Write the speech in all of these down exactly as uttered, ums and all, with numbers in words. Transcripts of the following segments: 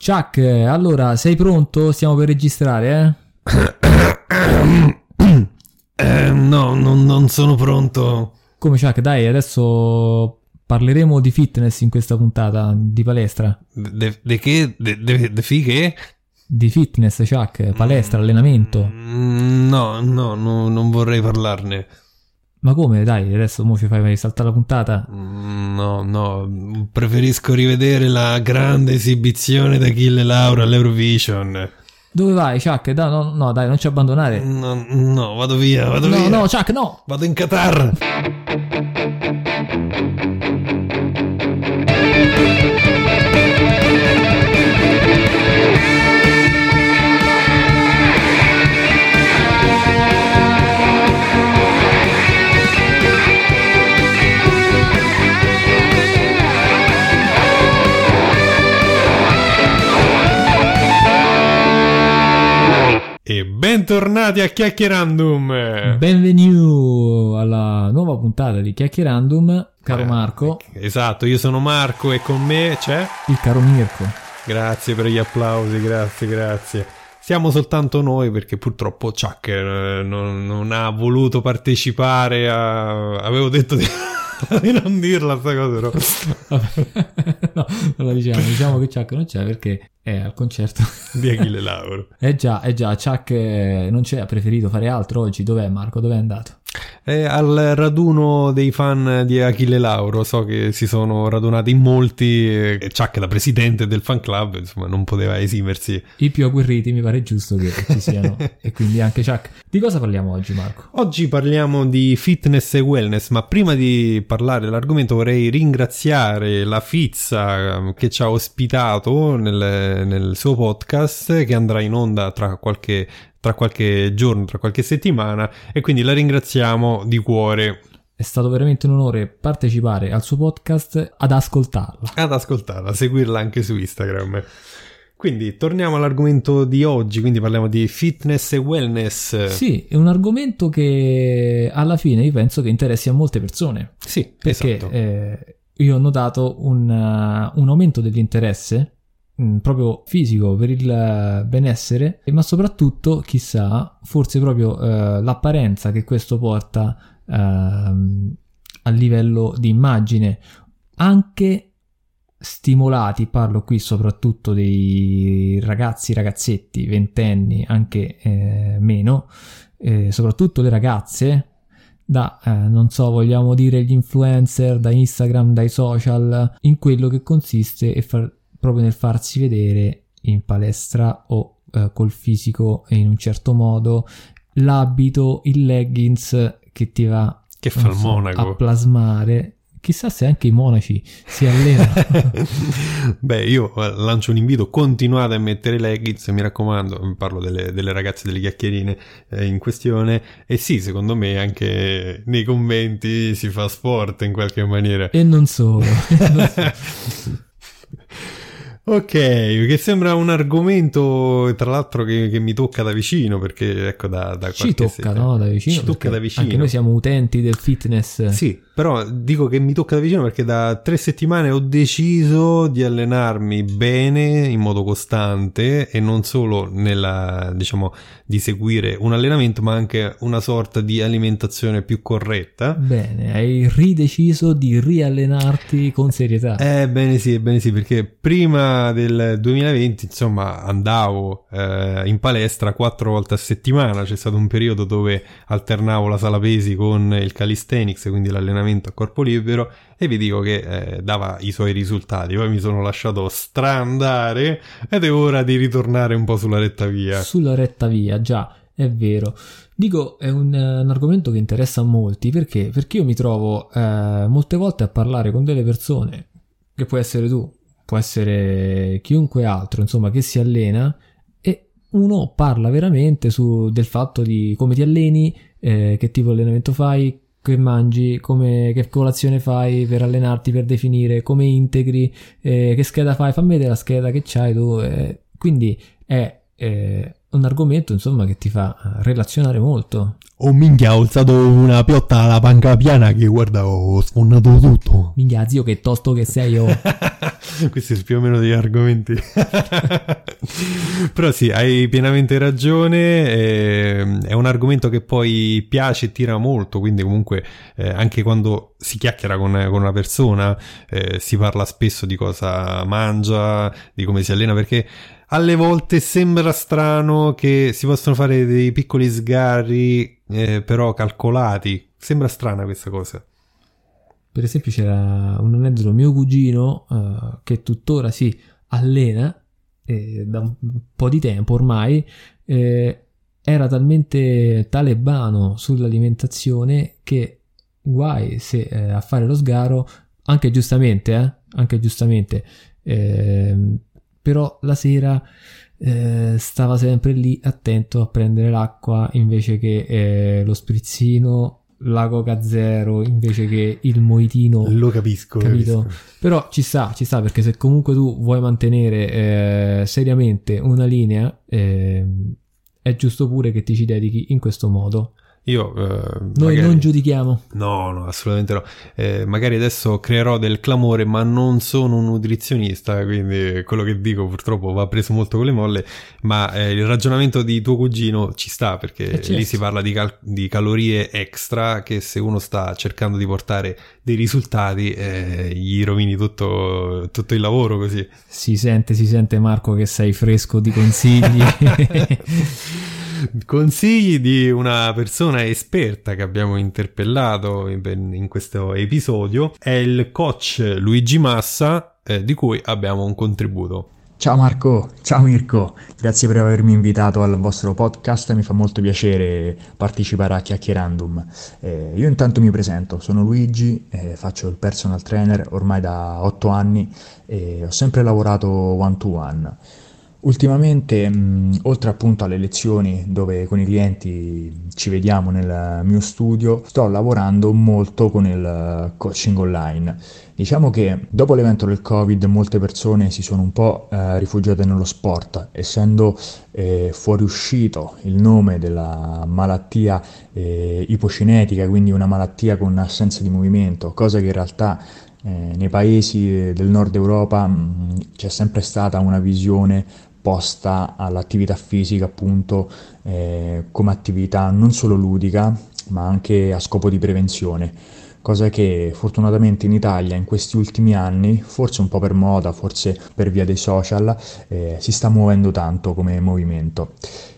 Chuck, allora sei pronto? Stiamo per registrare, eh? eh no, non, non sono pronto. Come Chuck? Dai, adesso parleremo di fitness in questa puntata, di palestra. De, de che? De, de, de fighe? Di fitness, Chuck, palestra, mm, allenamento. No, no, no, non vorrei parlarne. Ma come? Dai, adesso mo ci fai saltare la puntata? No, no, preferisco rivedere la grande esibizione di Achille Lauro all'Eurovision. Dove vai, Chuck? No, no, no, dai, non ci abbandonare. No, no, vado via, vado no, via. No, no, Chuck, no. Vado in Qatar. E bentornati a Chiacchierandum. Benvenuti alla nuova puntata di Chiacchierandum, caro eh, Marco. Esatto, io sono Marco e con me c'è il caro Mirko. Grazie per gli applausi, grazie, grazie. Siamo soltanto noi perché purtroppo Chuck eh, non, non ha voluto partecipare a... Avevo detto di... di non dirla sta cosa, però. No, non la diciamo, diciamo che Chuck non c'è perché è al concerto di Achille Lauro. Eh già, eh già, Chuck non c'è, ha preferito fare altro oggi. Dov'è Marco? Dov'è andato? È al raduno dei fan di Achille Lauro. So che si sono radunati in molti e Chuck, da presidente del fan club, insomma, non poteva esimersi. I più agguerriti mi pare giusto che ci siano. E quindi anche Chuck. Di cosa parliamo oggi, Marco? Oggi parliamo di fitness e wellness, ma prima di parlare dell'argomento vorrei ringraziare la Fizza che ci ha ospitato nel, nel suo podcast, che andrà in onda tra qualche tra qualche giorno, tra qualche settimana, e quindi la ringraziamo di cuore. È stato veramente un onore partecipare al suo podcast, ad ascoltarla. Ad ascoltarla, seguirla anche su Instagram. Quindi torniamo all'argomento di oggi, quindi parliamo di fitness e wellness. Sì, è un argomento che alla fine io penso che interessi a molte persone. Sì, perché esatto. eh, io ho notato un, uh, un aumento dell'interesse proprio fisico per il benessere, ma soprattutto, chissà, forse proprio eh, l'apparenza che questo porta eh, a livello di immagine, anche stimolati, parlo qui soprattutto dei ragazzi, ragazzetti, ventenni, anche eh, meno, eh, soprattutto le ragazze, da, eh, non so, vogliamo dire gli influencer, da Instagram, dai social, in quello che consiste e far proprio nel farsi vedere in palestra o eh, col fisico in un certo modo, l'abito, il leggings che ti va che fa il so, monaco a plasmare. Chissà se anche i monaci si allenano. Beh, io lancio un invito: continuate a mettere leggings, mi raccomando. Parlo delle, delle ragazze, delle chiacchierine eh, in questione. E sì, secondo me anche nei commenti si fa sport in qualche maniera. E non solo, non solo. Ok, che sembra un argomento tra l'altro che, che mi tocca da vicino, perché ecco da, da ci tocca sera, no da vicino ci tocca da vicino, anche noi siamo utenti del fitness. Sì, però dico che mi tocca da vicino perché da tre settimane ho deciso di allenarmi bene, in modo costante, e non solo nella, diciamo, di seguire un allenamento, ma anche una sorta di alimentazione più corretta. Bene, hai rideciso di riallenarti con serietà. Eh bene sì, bene sì, perché prima del duemilaventi insomma andavo eh, in palestra quattro volte a settimana. C'è stato un periodo dove alternavo la sala pesi con il calisthenics, quindi l'allenamento a corpo libero, e vi dico che eh, dava i suoi risultati. Poi mi sono lasciato strandare ed è ora di ritornare un po' sulla retta via. Sulla retta via, già, è vero. Dico, è un, un argomento che interessa a molti, perché? Perché io mi trovo eh, molte volte a parlare con delle persone, che può essere tu, può essere chiunque altro, insomma, che si allena, e uno parla veramente su del fatto di come ti alleni, eh, che tipo di allenamento fai, che mangi, come, che colazione fai per allenarti, per definire, come integri, eh, che scheda fai, fammi vedere la scheda che c'hai tu. Eh. Quindi è eh, un argomento insomma che ti fa relazionare molto. Oh minchia, ho alzato una piotta alla panca piana che guarda, ho sfondato tutto. Minchia zio, che tosto che sei io. Questi sono più o meno degli argomenti. Però sì, hai pienamente ragione, eh, è un argomento che poi piace e tira molto, quindi comunque eh, anche quando si chiacchiera con, con una persona eh, si parla spesso di cosa mangia, di come si allena, perché alle volte sembra strano che si possono fare dei piccoli sgarri eh, però calcolati, sembra strana questa cosa. Per esempio c'era un aneddoto, mio cugino uh, che tuttora si allena eh, da un po' di tempo ormai, eh, era talmente talebano sull'alimentazione che guai se eh, a fare lo sgarro, anche giustamente, eh, anche giustamente, eh, però la sera eh, stava sempre lì attento a prendere l'acqua invece che eh, lo sprizzino, la Coca Zero invece che il moitino. Lo capisco, capito? capisco. Però ci sta, ci sta, perché se comunque tu vuoi mantenere eh, seriamente una linea, eh, è giusto pure che ti ci dedichi in questo modo. Io eh, Noi magari... non giudichiamo. No, no, assolutamente no. Eh, magari adesso creerò del clamore, ma non sono un nutrizionista, quindi quello che dico purtroppo va preso molto con le molle, ma eh, il ragionamento di tuo cugino ci sta, perché eh certo. Lì si parla di, cal- di calorie extra che se uno sta cercando di portare dei risultati eh, gli rovini tutto, tutto il lavoro così. Si sente, si sente Marco che sei fresco di consigli. Consigli di una persona esperta che abbiamo interpellato in, in questo episodio è il coach Luigi Massa, eh, di cui abbiamo un contributo. Ciao Marco, ciao Mirko, grazie per avermi invitato al vostro podcast, mi fa molto piacere partecipare a Chiacchierandum. Eh, io intanto mi presento, sono Luigi, eh, faccio il personal trainer ormai da otto anni e ho sempre lavorato one to one. Ultimamente, mh, oltre appunto alle lezioni dove con i clienti ci vediamo nel mio studio, sto lavorando molto con il coaching online. Diciamo che dopo l'evento del Covid molte persone si sono un po' eh, rifugiate nello sport, essendo eh, fuoriuscito il nome della malattia eh, ipocinetica, quindi una malattia con assenza di movimento, cosa che in realtà eh, nei paesi del nord Europa mh, c'è sempre stata una visione posta all'attività fisica appunto eh, come attività non solo ludica ma anche a scopo di prevenzione, cosa che fortunatamente in Italia in questi ultimi anni, forse un po' per moda, forse per via dei social, eh, si sta muovendo tanto come movimento.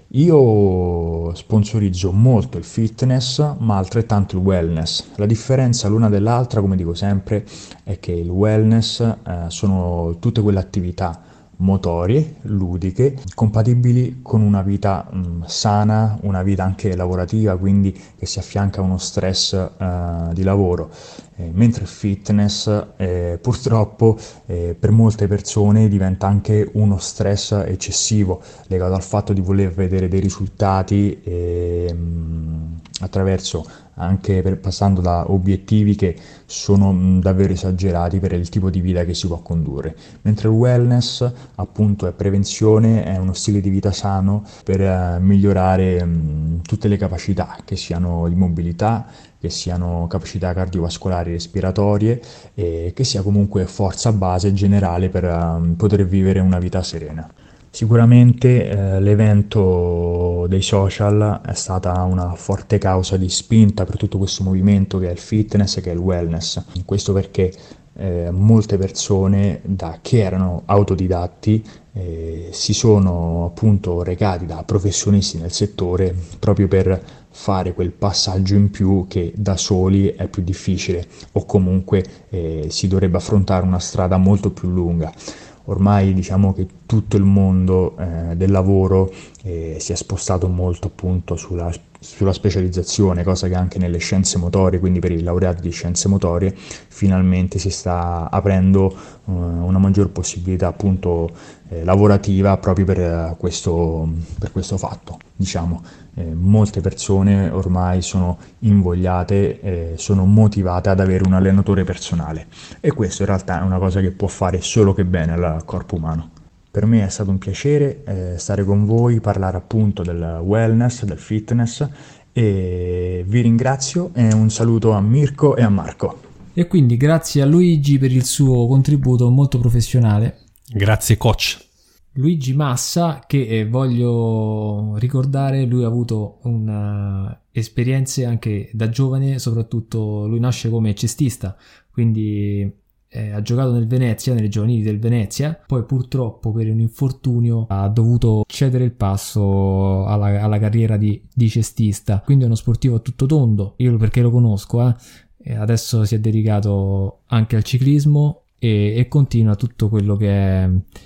Io sponsorizzo molto il fitness ma altrettanto il wellness. La differenza l'una dell'altra, come dico sempre, è che il wellness eh, sono tutte quelle attività motorie, ludiche, compatibili con una vita mh, sana, una vita anche lavorativa, quindi che si affianca a uno stress uh, di lavoro. Eh, mentre il fitness eh, purtroppo eh, per molte persone diventa anche uno stress eccessivo, legato al fatto di voler vedere dei risultati eh, mh, attraverso anche per, passando da obiettivi che sono mh, davvero esagerati per il tipo di vita che si può condurre, mentre il wellness appunto è prevenzione, è uno stile di vita sano per uh, migliorare mh, tutte le capacità, che siano di mobilità, che siano capacità cardiovascolari respiratorie e che sia comunque forza base generale per uh, poter vivere una vita serena. Sicuramente eh, l'evento dei social è stata una forte causa di spinta per tutto questo movimento che è il fitness e che è il wellness. Questo perché eh, molte persone da che erano autodidatti eh, si sono appunto recati da professionisti nel settore proprio per fare quel passaggio in più che da soli è più difficile o comunque eh, si dovrebbe affrontare una strada molto più lunga. Ormai diciamo che tutto il mondo eh, del lavoro eh, si è spostato molto appunto sulla, sulla specializzazione, cosa che anche nelle scienze motorie, quindi per i laureati di scienze motorie, finalmente si sta aprendo eh, una maggior possibilità appunto eh, lavorativa proprio per, uh, questo, per questo fatto, diciamo. Eh, molte persone ormai sono invogliate, eh, sono motivate ad avere un allenatore personale e questo in realtà è una cosa che può fare solo che bene al corpo umano. Per me è stato un piacere eh, stare con voi, parlare appunto del wellness, del fitness, e vi ringrazio e un saluto a Mirko e a Marco. E quindi grazie a Luigi per il suo contributo molto professionale. Grazie coach. Luigi Massa, che eh, voglio ricordare, lui ha avuto una esperienze anche da giovane, soprattutto lui nasce come cestista, quindi eh, ha giocato nel Venezia, nelle giovanili del Venezia, poi purtroppo per un infortunio ha dovuto cedere il passo alla, alla carriera di, di cestista, quindi è uno sportivo a tutto tondo, io perché lo conosco, eh, e adesso si è dedicato anche al ciclismo e, e continua tutto quello che è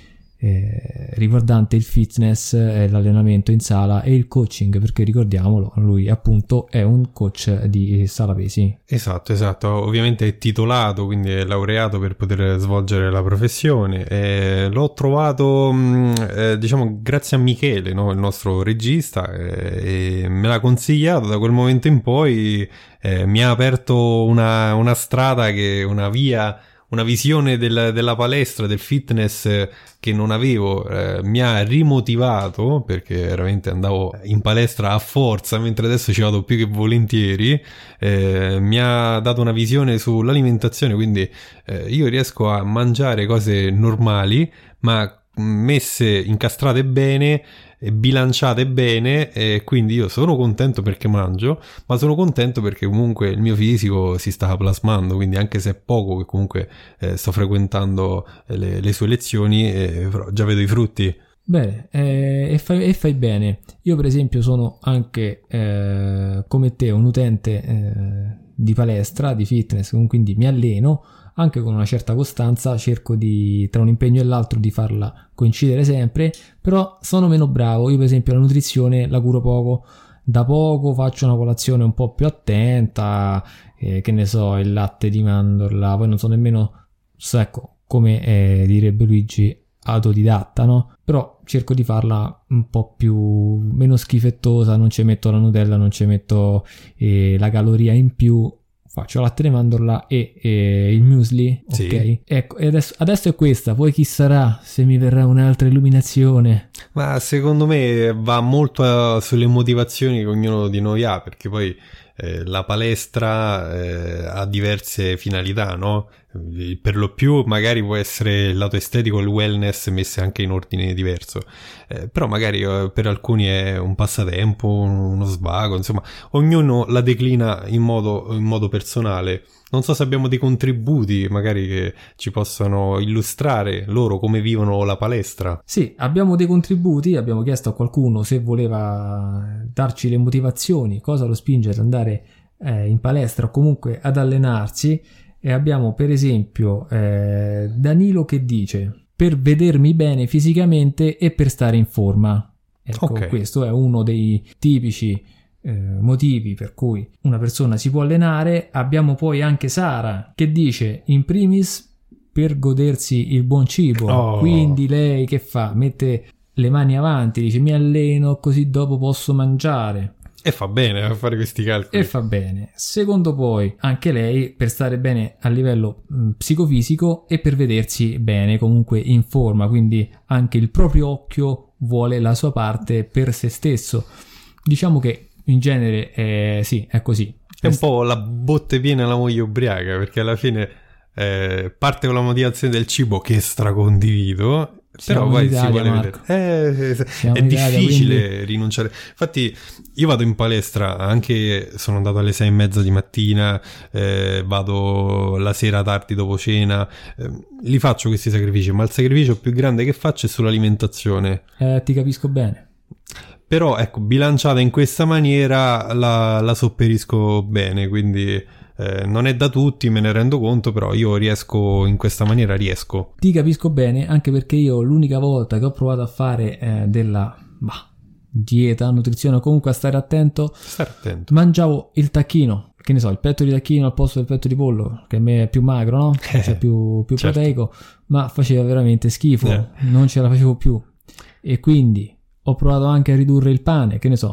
Eh, riguardante il fitness, eh, l'allenamento in sala e il coaching, perché ricordiamolo, lui appunto è un coach di sala pesi. Esatto, esatto, ovviamente è titolato, quindi è laureato per poter svolgere la professione. Eh, l'ho trovato mh, eh, diciamo grazie a Michele, no? Il nostro regista, eh, e me l'ha consigliato. Da quel momento in poi eh, mi ha aperto una, una strada, che una via, una visione del, della palestra, del fitness che non avevo, eh, mi ha rimotivato, perché veramente andavo in palestra a forza, mentre adesso ci vado più che volentieri. Eh, mi ha dato una visione sull'alimentazione, quindi eh, io riesco a mangiare cose normali, ma messe, incastrate bene, bilanciate bene, e quindi io sono contento perché mangio, ma sono contento perché comunque il mio fisico si sta plasmando, quindi anche se è poco che comunque eh, sto frequentando le, le sue lezioni, eh, già vedo i frutti. Bene, eh, e, fai, e fai bene. Io per esempio sono anche eh, come te un utente eh, di palestra, di fitness, quindi mi alleno anche con una certa costanza, cerco di, tra un impegno e l'altro, di farla coincidere sempre, però sono meno bravo. Io per esempio la nutrizione la curo poco, da poco faccio una colazione un po' più attenta, eh, che ne so, il latte di mandorla, poi non so nemmeno, so, ecco, come eh, direbbe Luigi, autodidatta, no? Però cerco di farla un po' più, meno schifettosa, non ci metto la Nutella, non ci metto eh, la caloria in più, faccio latte di mandorla e, e il muesli, sì. Ok? Ecco, e adesso, adesso è questa, poi chi sarà se mi verrà un'altra illuminazione. Ma secondo me va molto a, sulle motivazioni che ognuno di noi ha, perché poi eh, la palestra eh, ha diverse finalità, no? Per lo più magari può essere il lato estetico, il wellness messe anche in ordine diverso, eh, però magari eh, per alcuni è un passatempo, uno svago, insomma ognuno la declina in modo, in modo personale. Non so se abbiamo dei contributi magari che ci possano illustrare loro come vivono la palestra. Sì, abbiamo dei contributi, abbiamo chiesto a qualcuno se voleva darci le motivazioni, cosa lo spinge ad andare eh, in palestra o comunque ad allenarsi. E abbiamo per esempio eh, Danilo che dice: per vedermi bene fisicamente e per stare in forma. Ecco, okay. Questo è uno dei tipici eh, motivi per cui una persona si può allenare. Abbiamo poi anche Sara che dice in primis per godersi il buon cibo. Oh. Quindi lei che fa? Mette le mani avanti, dice mi alleno così dopo posso mangiare. E fa bene a fare questi calcoli. E fa bene. Secondo poi, anche lei per stare bene a livello mh, psicofisico e per vedersi bene, comunque in forma. Quindi anche il proprio occhio vuole la sua parte per se stesso. Diciamo che in genere eh, sì, è così. È un po' la botte piena la moglie ubriaca, perché alla fine eh, parte con la motivazione del cibo che stracondivido. Però poi si vuole vedere. Eh, è difficile Italia, quindi... rinunciare. Infatti io vado in palestra, anche sono andato alle sei e mezza di mattina, eh, vado la sera tardi dopo cena, eh, li faccio questi sacrifici, ma il sacrificio più grande che faccio è sull'alimentazione. Eh, ti capisco bene. Però ecco, bilanciata in questa maniera la, la sopperisco bene, quindi eh, non è da tutti, me ne rendo conto, però io riesco in questa maniera, riesco. Ti capisco bene, anche perché io l'unica volta che ho provato a fare eh, della bah, dieta, nutrizione o comunque a stare attento, stare attento, mangiavo il tacchino, che ne so, il petto di tacchino al posto del petto di pollo, che a me è più magro, no? Cioè più, più certo. proteico, ma faceva veramente schifo, eh. non ce la facevo più. E quindi ho provato anche a ridurre il pane, che ne so,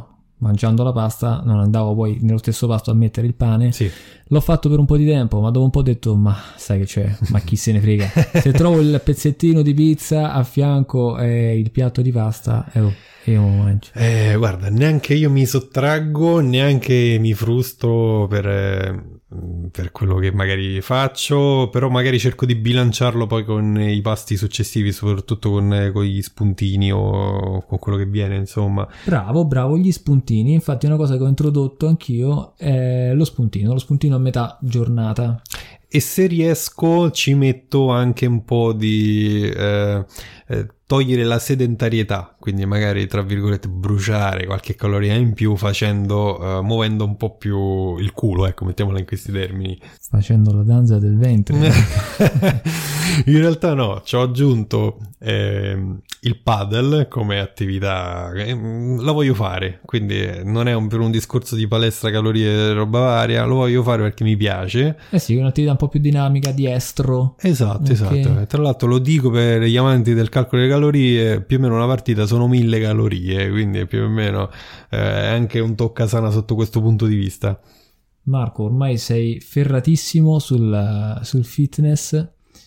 mangiando la pasta non andavo poi nello stesso pasto a mettere il pane. Sì. L'ho fatto per un po' di tempo, ma dopo un po' ho detto ma sai che c'è, ma chi se ne frega, se trovo il pezzettino di pizza a fianco e il piatto di pasta eh, oh, io mangio. Eh, guarda, neanche io mi sottraggo, neanche mi frustro per, eh, per quello che magari faccio, però magari cerco di bilanciarlo poi con i pasti successivi, soprattutto con, con gli spuntini o con quello che viene, insomma. Bravo, bravo, gli spuntini. Infatti una cosa che ho introdotto anch'io è lo spuntino, lo spuntino a metà giornata. E se riesco ci metto anche un po' di eh, eh, togliere la sedentarietà, quindi magari tra virgolette bruciare qualche caloria in più facendo, eh, muovendo un po' più il culo, ecco, mettiamola in questi termini. Facendo la danza del ventre. In realtà no, ci ho aggiunto eh, il paddle come attività, eh, la voglio fare, quindi non è un, per un discorso di palestra, calorie e roba varia, lo voglio fare perché mi piace. Eh sì, un'attività un po' più dinamica, di estro. Esatto, Okay. esatto. Tra l'altro lo dico per gli amanti del calcolo delle calorie, più o meno una partita sono mille calorie, quindi più o meno eh, è anche un toccasana sotto questo punto di vista. Marco, ormai sei ferratissimo sul, sul fitness,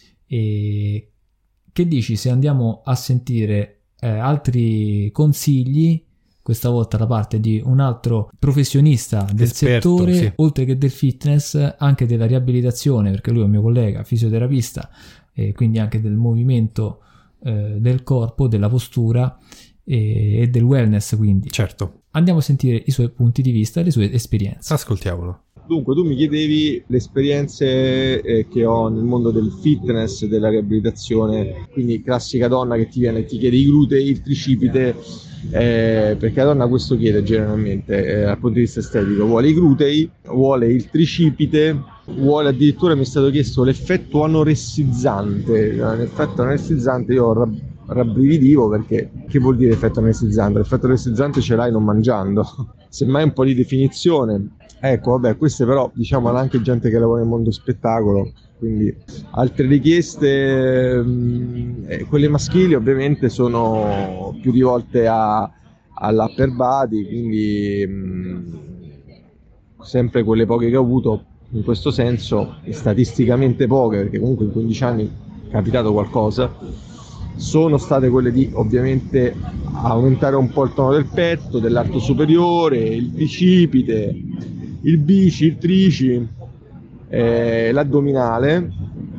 e che dici se andiamo a sentire eh, altri consigli, questa volta da parte di un altro professionista del Esperto, settore, sì. oltre che del fitness, anche della riabilitazione, perché lui è un mio collega fisioterapista, e quindi anche del movimento eh, del corpo, della postura e, e del wellness, quindi Certo, andiamo a sentire i suoi punti di vista e le sue esperienze. ascoltiamolo. Dunque, tu mi chiedevi le esperienze eh, che ho nel mondo del fitness e della riabilitazione, quindi classica donna che ti viene e ti chiede i glutei, il tricipite, eh, perché la donna questo chiede generalmente eh, dal punto di vista estetico, vuole i glutei, vuole il tricipite, vuole addirittura, mi è stato chiesto, l'effetto anoressizzante. L'effetto anoressizzante io rab- rabbrividivo perché che vuol dire effetto anoressizzante? L'effetto anoressizzante ce l'hai non mangiando, semmai un po' di definizione. Ecco, vabbè, queste però diciamo anche gente che lavora nel mondo spettacolo, quindi altre richieste, mh, quelle maschili ovviamente sono più rivolte a, all'upper body, quindi mh, sempre quelle poche che ho avuto in questo senso, statisticamente poche, perché comunque in quindici anni è capitato qualcosa, sono state quelle di ovviamente aumentare un po' il tono del petto, dell'arto superiore, il bicipite, il bici, il trici, eh, l'addominale.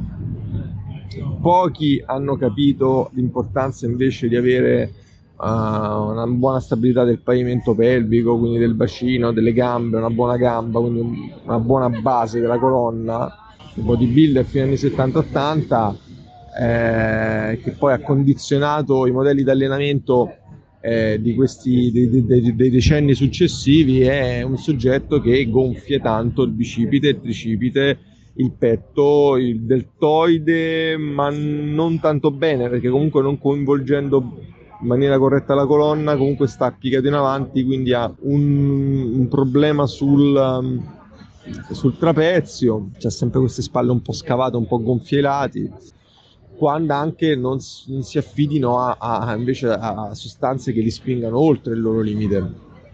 Pochi hanno capito l'importanza invece di avere uh, una buona stabilità del pavimento pelvico, quindi del bacino, delle gambe, una buona gamba, quindi una buona base della colonna. Il bodybuilder fino agli anni settanta ottanta, eh, che poi ha condizionato i modelli di allenamento Eh, di questi dei, dei, dei decenni successivi, è un soggetto che gonfia tanto il bicipite, il tricipite, il petto, il deltoide, ma non tanto bene, perché comunque non coinvolgendo in maniera corretta la colonna, comunque sta piegato in avanti, quindi ha un, un problema sul, um, sul trapezio, c'ha sempre queste spalle un po' scavate, un po' gonfie ai lati, quando anche non, non si affidino a, a, invece a sostanze che li spingano oltre il loro limite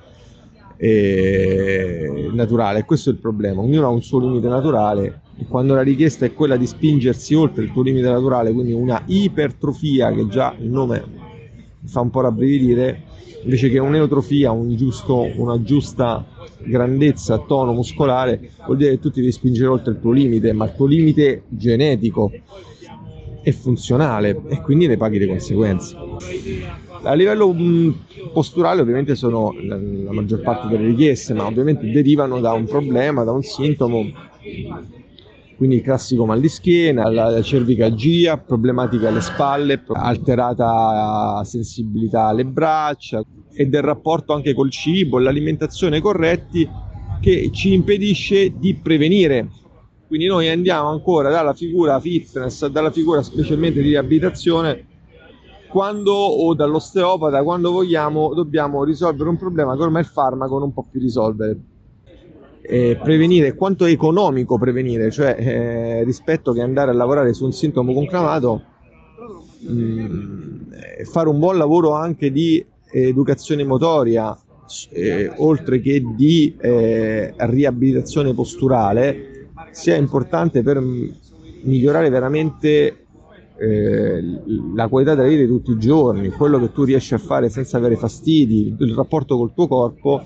eh, naturale. E questo è il problema, ognuno ha un suo limite naturale, e quando la richiesta è quella di spingersi oltre il tuo limite naturale, quindi una ipertrofia, che già il nome fa un po' rabbrividire, invece che un'eutrofia, un giusto, una giusta grandezza, tono muscolare, vuol dire che tu ti devi spingere oltre il tuo limite, ma il tuo limite genetico è funzionale, e quindi ne paghi le conseguenze. A livello mh, posturale ovviamente sono la, la maggior parte delle richieste, ma ovviamente derivano da un problema, da un sintomo, quindi il classico mal di schiena, la, la cervicalgia, problematiche alle spalle, alterata sensibilità alle braccia, e del rapporto anche col cibo, l'alimentazione corretti, che ci impedisce di prevenire. Quindi noi andiamo ancora dalla figura fitness, dalla figura specialmente di riabilitazione, quando, o dall'osteopata, quando vogliamo, dobbiamo risolvere un problema che ormai il farmaco non può più risolvere. E prevenire, quanto è economico prevenire, cioè eh, rispetto che andare a lavorare su un sintomo conclamato, mh, fare un buon lavoro anche di educazione motoria eh, oltre che di eh, riabilitazione posturale, sia importante per migliorare veramente eh, la qualità della vita di tutti i giorni, quello che tu riesci a fare senza avere fastidi, il rapporto col tuo corpo.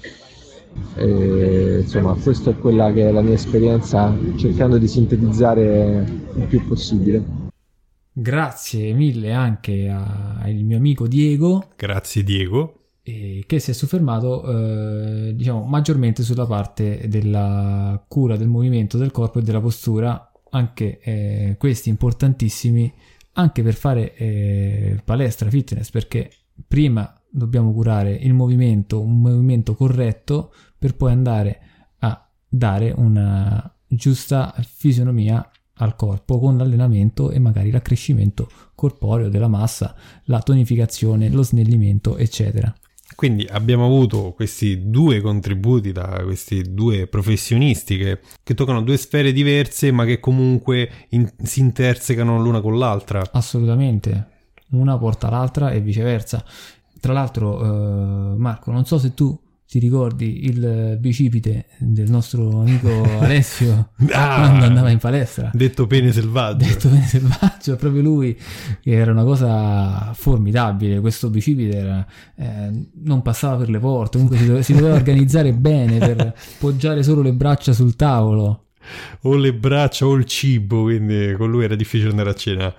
Eh, insomma, questa è quella che è la mia esperienza, cercando di sintetizzare il più possibile. Grazie mille anche al mio amico Diego. Grazie Diego. Eh, che si è soffermato eh, diciamo maggiormente sulla parte della cura del movimento del corpo e della postura, anche eh, questi importantissimi anche per fare eh, palestra fitness, perché prima dobbiamo curare il movimento, un movimento corretto, per poi andare a dare una giusta fisionomia al corpo con l'allenamento e magari l'accrescimento corporeo della massa, la tonificazione, lo snellimento, eccetera. Quindi abbiamo avuto questi due contributi da questi due professionisti che, che toccano due sfere diverse, ma che comunque in, si intersecano l'una con l'altra. Assolutamente, una porta l'altra e viceversa. Tra l'altro, eh, Marco, non so se tu ti ricordi il bicipite del nostro amico Alessio ah, quando andava in palestra, detto pene selvaggio detto pene selvaggio, proprio lui, che era una cosa formidabile. Questo bicipite era, eh, non passava per le porte, comunque si doveva, si doveva organizzare bene per poggiare solo le braccia sul tavolo, o le braccia o il cibo, quindi con lui era difficile andare a cena.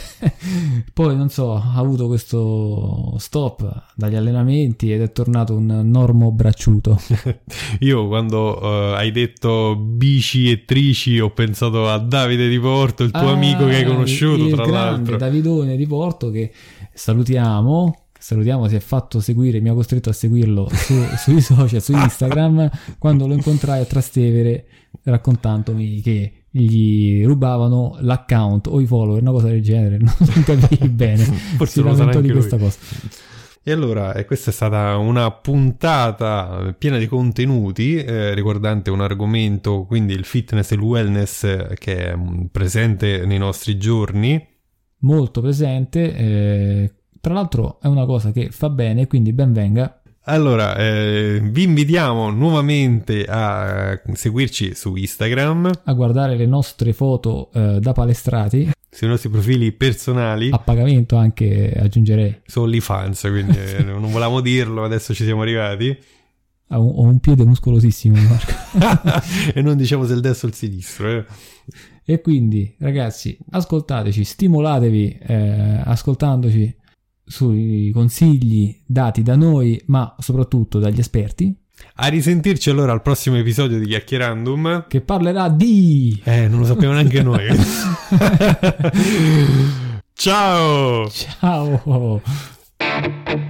Poi non so, ha avuto questo stop dagli allenamenti ed è tornato un normo bracciuto. Io quando uh, hai detto bici e trici ho pensato a Davide di Porto, il tuo ah, amico che hai conosciuto, il tra l'altro Davidone di Porto, che salutiamo salutiamo si è fatto seguire, mi ha costretto a seguirlo su, sui social, su Instagram, quando lo incontrai a Trastevere raccontandomi che gli rubavano l'account o i follower, una cosa del genere, non capii bene. Forse si lamentò di questa lui. cosa. E allora, eh, questa è stata una puntata piena di contenuti, eh, riguardante un argomento, quindi il fitness e il wellness, eh, che è um, presente nei nostri giorni. Molto presente, eh, tra l'altro è una cosa che fa bene, quindi ben venga. Allora, eh, vi invitiamo nuovamente a seguirci su Instagram, a guardare le nostre foto eh, da palestrati, sui nostri profili personali, a pagamento anche, aggiungerei, su OnlyFans, quindi eh, non volevamo dirlo, adesso ci siamo arrivati. Ho un, ho un piede muscolosissimo, Marco. E non diciamo se il destro o il sinistro, eh. E quindi, ragazzi, ascoltateci, stimolatevi eh, ascoltandoci sui consigli dati da noi, ma soprattutto dagli esperti. A risentirci allora al prossimo episodio di Chiacchierandum, che parlerà di... Eh, non lo sappiamo neanche noi. Ciao! Ciao!